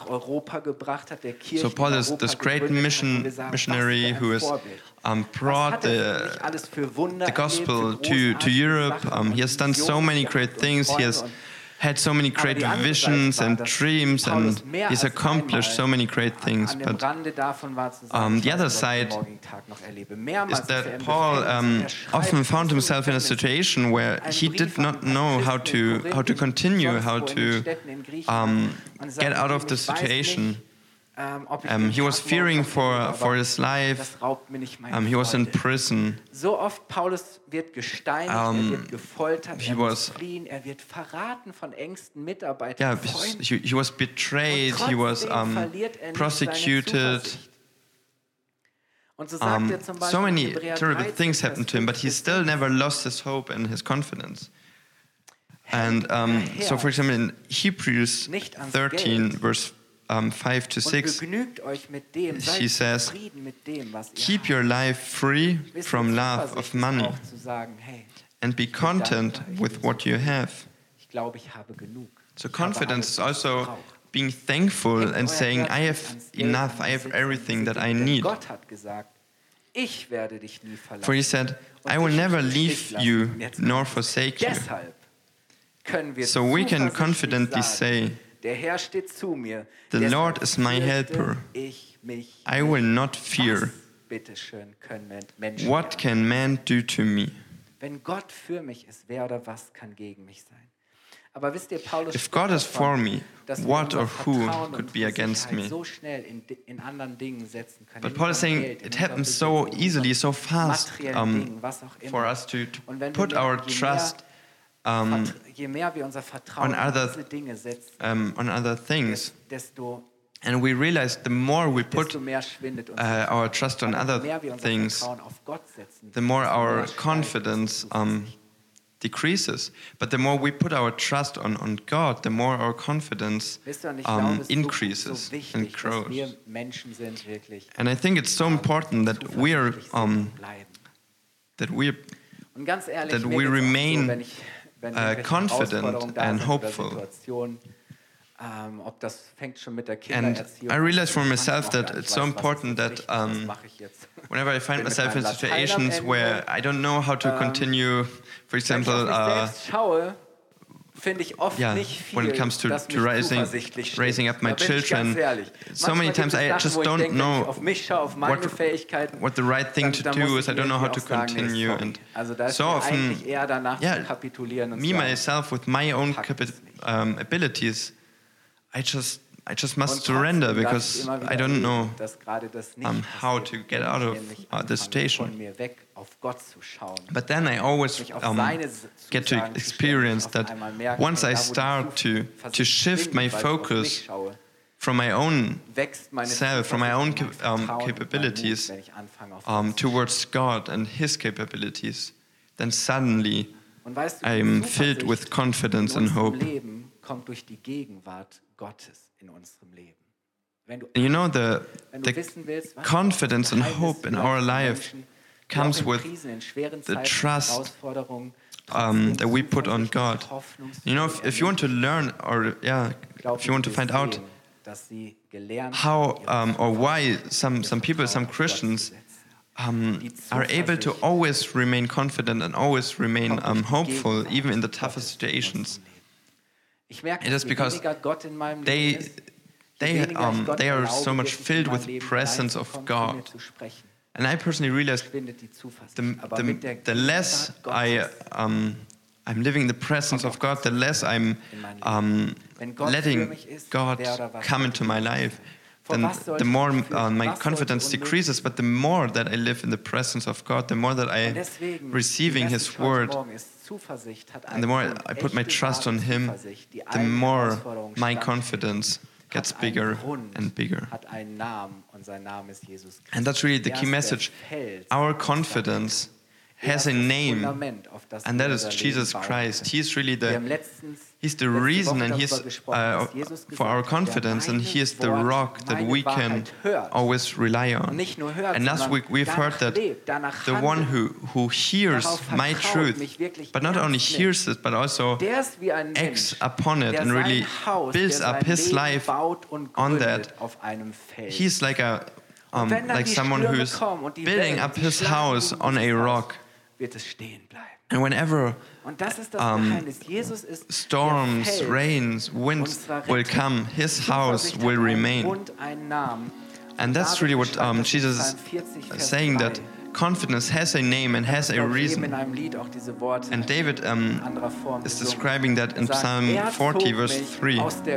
Speaker 2: So Paul is this great mission missionary who has um, brought the, the gospel to, to Europe. Um, he has done so many great things. He has had so many great visions and dreams, and he's accomplished so many great things. But um, the other side is that Paul um, often found himself in a situation where he did not know how to how to continue, how to um, get out of the situation. Um, he was fearing for, for his life. Um, he was in prison. Um, he was, yeah, he, he was betrayed. He was um, prosecuted. Um, so many terrible things happened to him, but he still never lost his hope and his confidence. And um, so, for example, in Hebrews thirteen, verse Um, five to six, he says, keep your life free from love of money and be content with what you have. So confidence is also being thankful and saying, I have enough, I have everything that I need.
Speaker 3: Gott hat gesagt, ich werde dich nie verlassen.
Speaker 2: For he said, I will never leave you nor forsake you.
Speaker 3: Deshalb können wir
Speaker 2: So we can confidently say,
Speaker 3: der Herr steht zu mir.
Speaker 2: the Lord is my helper.
Speaker 3: Ich mich
Speaker 2: I will not fear.
Speaker 3: Bitteschön können Menschen.
Speaker 2: What can man do to me?
Speaker 3: Wenn Gott für mich ist, wer oder was kann gegen mich sein? Aber wisst ihr, Paulus
Speaker 2: If God is for me, what or who could be against me?
Speaker 3: So schnell in, in anderen Dingen setzen können.
Speaker 2: But Paul is saying it happens so easily, so fast um, for us to, to put our trust um,
Speaker 3: je mehr wir unser Vertrauen
Speaker 2: on other,
Speaker 3: diese Dinge setzen,
Speaker 2: um, on other things.
Speaker 3: desto
Speaker 2: And we realize the more we put
Speaker 3: desto mehr schwindet uns
Speaker 2: uh, our trust on other
Speaker 3: je mehr wir unser
Speaker 2: things,
Speaker 3: Vertrauen auf Gott setzen,
Speaker 2: the more
Speaker 3: desto
Speaker 2: our
Speaker 3: mehr steigt
Speaker 2: confidence
Speaker 3: es
Speaker 2: um, decreases. But the more we put our trust on, on God, the more our confidence
Speaker 3: Wisst ihr, und ich
Speaker 2: um,
Speaker 3: glaube, es ist so-
Speaker 2: increases
Speaker 3: so wichtig,
Speaker 2: and grows.
Speaker 3: dass wir Menschen sind, wirklich
Speaker 2: And I think it's so important that we are
Speaker 3: zuversichtlich sind
Speaker 2: um,
Speaker 3: und bleiben.
Speaker 2: that we
Speaker 3: Und ganz ehrlich,
Speaker 2: that
Speaker 3: mir
Speaker 2: we
Speaker 3: geht's auch
Speaker 2: remain,
Speaker 3: so, wenn ich, wenn
Speaker 2: uh,
Speaker 3: irgendwelche
Speaker 2: confident
Speaker 3: Herausforderungen da
Speaker 2: and
Speaker 3: sind oder
Speaker 2: hopeful.
Speaker 3: Situationen, ähm, ob das fängt schon mit der
Speaker 2: And
Speaker 3: Kindererziehung
Speaker 2: I realize for
Speaker 3: an,
Speaker 2: myself
Speaker 3: manchmal auch
Speaker 2: that
Speaker 3: gar nicht
Speaker 2: it's so
Speaker 3: weiß, was
Speaker 2: important
Speaker 3: ist
Speaker 2: that
Speaker 3: richtig, was
Speaker 2: um,
Speaker 3: mache ich jetzt?
Speaker 2: whenever I find
Speaker 3: Bin mit
Speaker 2: myself in
Speaker 3: meinem Latein am
Speaker 2: situations
Speaker 3: Ende.
Speaker 2: where I don't know how to
Speaker 3: Ähm,
Speaker 2: continue, for
Speaker 3: Wenn ich
Speaker 2: example,
Speaker 3: auf mich
Speaker 2: uh,
Speaker 3: selbst schaue, finde ich oft
Speaker 2: yeah,
Speaker 3: nicht viel,
Speaker 2: when it comes to,
Speaker 3: das
Speaker 2: to
Speaker 3: mich
Speaker 2: raising,
Speaker 3: zuversichtlich stimmt.
Speaker 2: raising up my
Speaker 3: Da bin ich
Speaker 2: children,
Speaker 3: ganz ehrlich.
Speaker 2: so
Speaker 3: Manchmal
Speaker 2: many
Speaker 3: gibt
Speaker 2: times
Speaker 3: es
Speaker 2: I
Speaker 3: Sachen,
Speaker 2: just
Speaker 3: wo ich
Speaker 2: don't
Speaker 3: denke, wenn ich
Speaker 2: know
Speaker 3: auf mich schaue, auf meine
Speaker 2: what,
Speaker 3: Fähigkeiten,
Speaker 2: what the right thing
Speaker 3: dann,
Speaker 2: to
Speaker 3: dann
Speaker 2: do
Speaker 3: muss
Speaker 2: is. I
Speaker 3: ich
Speaker 2: don't know how
Speaker 3: irgendwie
Speaker 2: to
Speaker 3: auch sagen, nee,
Speaker 2: continue.
Speaker 3: sorry.
Speaker 2: And
Speaker 3: Also da ist
Speaker 2: so
Speaker 3: mir
Speaker 2: often,
Speaker 3: eigentlich eher danach
Speaker 2: yeah,
Speaker 3: zu kapitulieren und
Speaker 2: me
Speaker 3: zu sagen,
Speaker 2: myself with my own
Speaker 3: pack
Speaker 2: capi-
Speaker 3: es nicht.
Speaker 2: um, abilities, I just I just must
Speaker 3: Und
Speaker 2: surrender
Speaker 3: trotzdem darf ich
Speaker 2: because
Speaker 3: immer wieder
Speaker 2: I don't know
Speaker 3: erleben, dass gerade das nicht
Speaker 2: um, how
Speaker 3: passiert,
Speaker 2: to get
Speaker 3: wenn
Speaker 2: out
Speaker 3: ich
Speaker 2: of
Speaker 3: nämlich
Speaker 2: uh, this
Speaker 3: anfange,
Speaker 2: station.
Speaker 3: von mir weg auf Gott zu schauen.
Speaker 2: But then I always
Speaker 3: Mich auf
Speaker 2: um,
Speaker 3: seine
Speaker 2: get to
Speaker 3: Zusagen zu
Speaker 2: experience
Speaker 3: stellen,
Speaker 2: that
Speaker 3: auf einmal merken,
Speaker 2: once
Speaker 3: hey,
Speaker 2: I
Speaker 3: da, wo die
Speaker 2: start to,
Speaker 3: Zuversicht
Speaker 2: to shift my
Speaker 3: schwindet, weil ich auf
Speaker 2: focus
Speaker 3: mich schaue,
Speaker 2: from my own
Speaker 3: wächst meine
Speaker 2: self, from my own
Speaker 3: Zuversicht,
Speaker 2: cap-
Speaker 3: mein
Speaker 2: um,
Speaker 3: Vertrauen und mein
Speaker 2: capabilities
Speaker 3: Mut, wenn ich anfange, auf
Speaker 2: um,
Speaker 3: Gott zu
Speaker 2: towards God and His capabilities, then suddenly
Speaker 3: schauen. Und weißt du,
Speaker 2: I
Speaker 3: die
Speaker 2: am filled
Speaker 3: Zuversicht
Speaker 2: with confidence
Speaker 3: in
Speaker 2: and
Speaker 3: unserem
Speaker 2: hope.
Speaker 3: Leben kommt durch die Gegenwart Gottes in unserem Leben. Wenn du,
Speaker 2: And you know, the,
Speaker 3: wenn du
Speaker 2: the
Speaker 3: wissen willst, was
Speaker 2: confidence
Speaker 3: das
Speaker 2: and
Speaker 3: Geheimnis
Speaker 2: hope in
Speaker 3: für
Speaker 2: our
Speaker 3: Menschen,
Speaker 2: life
Speaker 3: die
Speaker 2: comes
Speaker 3: auch in
Speaker 2: with
Speaker 3: Krisen, in schweren
Speaker 2: the
Speaker 3: Zeiten,
Speaker 2: trust
Speaker 3: Herausforderungen,
Speaker 2: um,
Speaker 3: trotzdem
Speaker 2: that we put on
Speaker 3: zuversichtlich,
Speaker 2: God.
Speaker 3: hoffnungsvoll
Speaker 2: You know, if, if you want to learn or, yeah,
Speaker 3: Glaub
Speaker 2: if you want to
Speaker 3: mir,
Speaker 2: find
Speaker 3: wir
Speaker 2: out
Speaker 3: sehen, dass sie gelernt
Speaker 2: how
Speaker 3: haben,
Speaker 2: um, or why some, some people, some Christians um, are able to always remain confident and always remain um, hopeful even in the toughest situations.
Speaker 3: Ich merke,
Speaker 2: It is
Speaker 3: je
Speaker 2: because
Speaker 3: weniger Gott in meinem
Speaker 2: they
Speaker 3: Leben ist, je
Speaker 2: they
Speaker 3: weniger ich
Speaker 2: um,
Speaker 3: Gott
Speaker 2: they are
Speaker 3: erlaube,
Speaker 2: so much
Speaker 3: wirklich in
Speaker 2: filled
Speaker 3: mein
Speaker 2: with the
Speaker 3: Leben
Speaker 2: presence of
Speaker 3: hineinzukommen, zu mir
Speaker 2: God.
Speaker 3: zu sprechen,
Speaker 2: And I personally realized
Speaker 3: schwindet die Zuversicht.
Speaker 2: the,
Speaker 3: Aber mit der
Speaker 2: the, the less
Speaker 3: Gegenwart
Speaker 2: I
Speaker 3: Gottes
Speaker 2: um, I'm living in the presence of God, the less I'm um,
Speaker 3: Wenn Gott für
Speaker 2: letting
Speaker 3: mich ist,
Speaker 2: God
Speaker 3: wer oder was
Speaker 2: come into my life.
Speaker 3: Vor
Speaker 2: Then
Speaker 3: was sollte
Speaker 2: the
Speaker 3: ich
Speaker 2: more
Speaker 3: mich
Speaker 2: uh,
Speaker 3: fürchten?
Speaker 2: my
Speaker 3: Was sollte
Speaker 2: confidence
Speaker 3: unmöglich
Speaker 2: decreases, but the more that I live in the presence of God, the more that I
Speaker 3: Und deswegen,
Speaker 2: receiving
Speaker 3: die
Speaker 2: His
Speaker 3: Message heute
Speaker 2: word,
Speaker 3: Morgen ist, Zuversicht hat
Speaker 2: and the more I put my trust on Him, the more my confidence gets bigger and bigger.
Speaker 3: Hat einen Namen und sein Name ist Jesus Christus.
Speaker 2: And that's really the key message. Our confidence has a name, and that is Jesus Christ. He's really the He's the reason, and He's uh, for our confidence, and He is the rock that we can always rely on. And last week we've heard that the one who, who hears my truth, but not only hears it, but also acts upon it and really builds up his life on that. He's like a um, like someone who's building up his house on a rock. And whenever um, storms, rains, winds will come, His house will remain. And that's really what um, Jesus is saying, that confidence has a name and has a reason. And David um, is describing that in Psalm forty, verse three.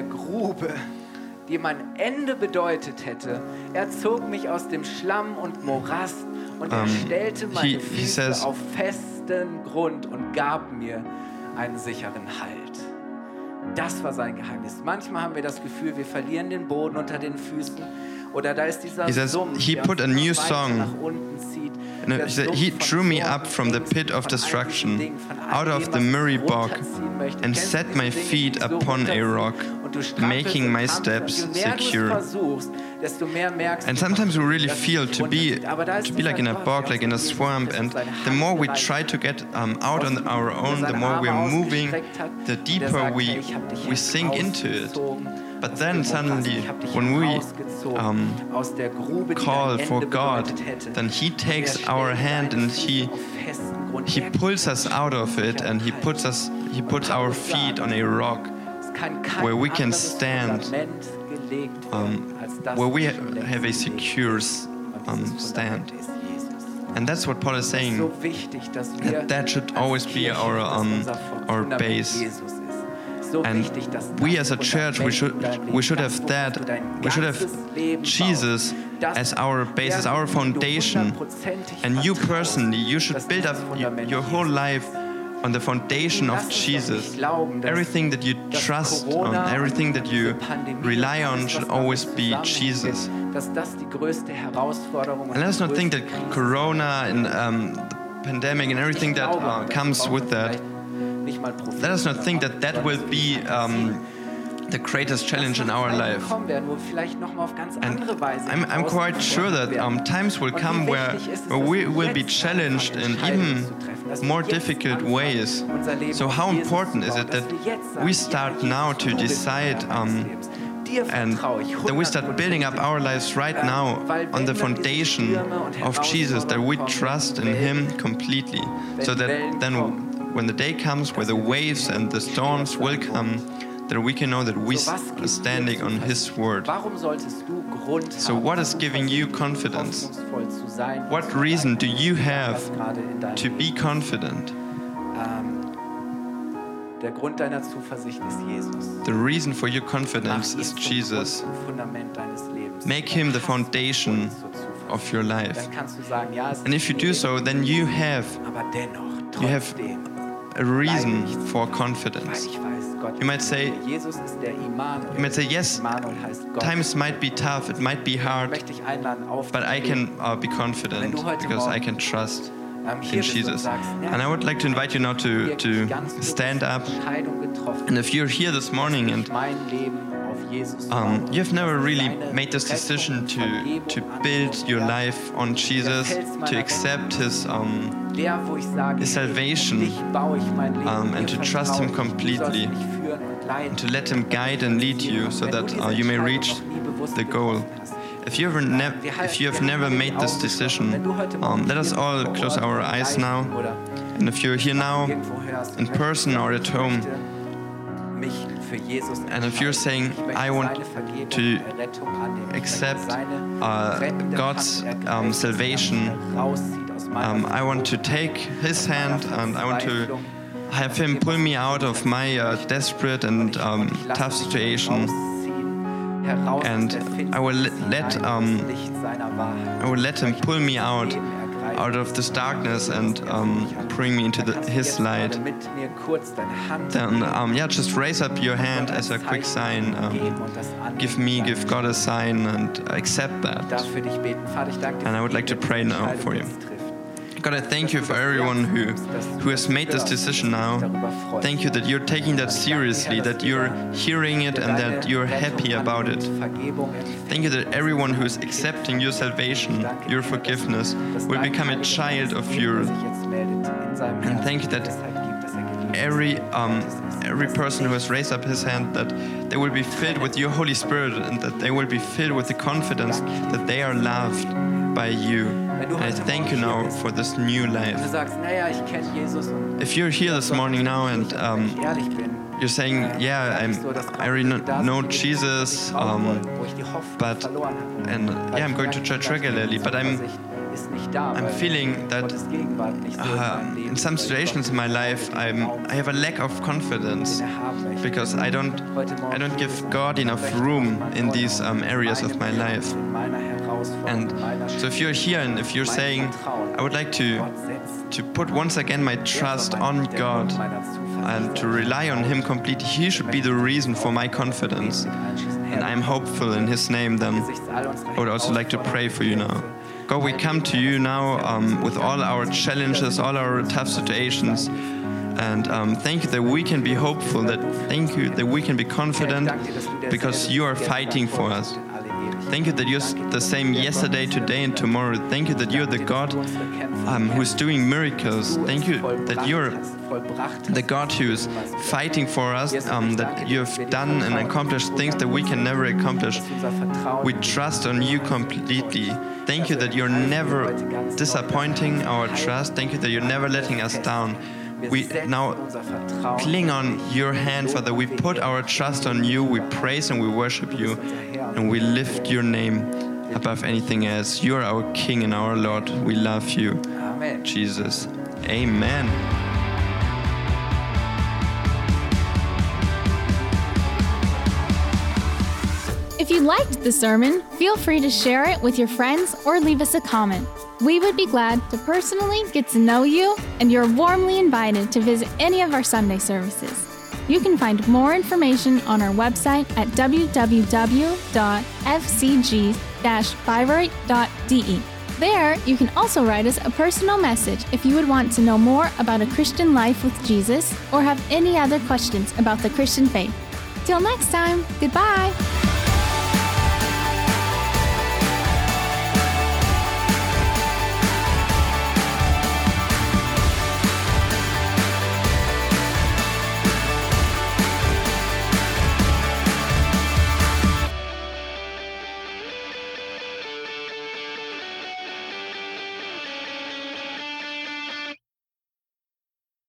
Speaker 3: Die mein Ende bedeutet hätte. Er zog mich aus dem Schlamm und Morast und er
Speaker 2: um,
Speaker 3: stellte meine
Speaker 2: he, he
Speaker 3: Füße
Speaker 2: says,
Speaker 3: auf festen Grund und gab mir einen sicheren Halt. Das war sein Geheimnis. Manchmal haben wir das Gefühl, wir verlieren den Boden unter den Füßen oder da ist dieser
Speaker 2: he says,
Speaker 3: Sumpf,
Speaker 2: he
Speaker 3: der
Speaker 2: put a
Speaker 3: uns
Speaker 2: new
Speaker 3: weiter
Speaker 2: song.
Speaker 3: nach unten zieht.
Speaker 2: No, he, said, he drew me up from the pit of destruction, out of the murky bog, and set my feet upon a rock, making my steps secure. And sometimes we really feel to be to be like in a bog, like in a swamp, and the more we try to get um, out on our own, the more we are moving, the deeper we we sink into it. But then suddenly, when we um, call for God, then He takes our hand and He He pulls us out of it, and He puts us He puts our feet on a rock where we can stand, um, where we ha- have a secure um, stand. And that's what Paul is saying. That that should always be our um, our base. And we as a church, we should we should have that. We should have Jesus as our base, as our foundation. And you personally, you should build up your whole life on the foundation of Jesus. Everything that you trust on, everything that you rely on should always be Jesus. And let's not think that Corona and um, the pandemic and everything that uh, comes with that, let us not think that that will be um, the greatest challenge in our life. And I'm, I'm quite sure that um, times will come where, where we will be challenged in even more difficult ways. So how important is it that we start now to decide um, and that we start building up our lives right now on the foundation of Jesus, that we trust in Him completely, so that then when the day comes where the waves and the storms will come, that we can know that we are standing on His word. So what is giving you confidence? What reason do you have to be confident? The reason for your confidence is Jesus. Make Him the foundation of your life. And if you do so, then you have, you have a reason for confidence. You might say, you might say, yes, times might be tough, it might be hard, but I can uh, be confident because I can trust in Jesus. And I would like to invite you now to, to stand up. And if you're here this morning and um, you've never really made this decision to, to build your life on Jesus, to accept His, um, His salvation, um, and to trust Him completely, and to let Him guide and lead you so that uh, you may reach the goal. If you, ever ne- if you have never made this decision, um, let us all close our eyes now. And if you're here now, in person or at home, and if you're saying, I want to accept uh, God's um, salvation, um, I want to take His hand and I want to have Him pull me out of my uh, desperate and um, tough situation. And I will let um, I will let Him pull me out out of this darkness and um, bring me into the, His light. Then um, yeah, just raise up your hand as a quick sign. Um, give me, give God a sign, and accept that. And I would like to pray now for you. God, I thank you for everyone who, who has made this decision now. Thank you that you're taking that seriously, that you're hearing it and that you're happy about it. Thank you that everyone who is accepting your salvation, your forgiveness, will become a child of yours. And thank you that every um, every person who has raised up his hand, that they will be filled with your Holy Spirit and that they will be filled with the confidence that they are loved by you. And I thank you now for this new life. If you're here this morning now and um, you're saying, yeah, I'm, I already know Jesus, um, but and yeah, I'm going to church regularly, but I'm I'm feeling that uh, in some situations in my life I'm, I have a lack of confidence because I don't I don't give God enough room in these um, areas of my life. And so if you're here and if you're saying, I would like to to put once again my trust on God and to rely on Him completely, He should be the reason for my confidence, and I'm hopeful in His name, then I would also like to pray for you now. God, we come to you now um, with all our challenges, all our tough situations, and um, thank you that we can be hopeful, that thank you that we can be confident because you are fighting for us. Thank you that you're the same yesterday, today, and tomorrow. Thank you that you're the God um, who's doing miracles. Thank you that you're the God who's fighting for us, um, that you have done and accomplished things that we can never accomplish. We trust on you completely. Thank you that you're never disappointing our trust. Thank you that you're never letting us down. We now cling on your hand, Father. We put our trust on you. We praise and we worship you. And we lift your name above anything else. You are our King and our Lord. We love you. Amen. Jesus. Amen.
Speaker 1: If you liked the sermon, feel free to share it with your friends or leave us a comment. We would be glad to personally get to know you, and you're warmly invited to visit any of our Sunday services. You can find more information on our website at w w w dot f c g dash bayreuth dot d e. There, you can also write us a personal message if you would want to know more about a Christian life with Jesus or have any other questions about the Christian faith. Till next time, goodbye!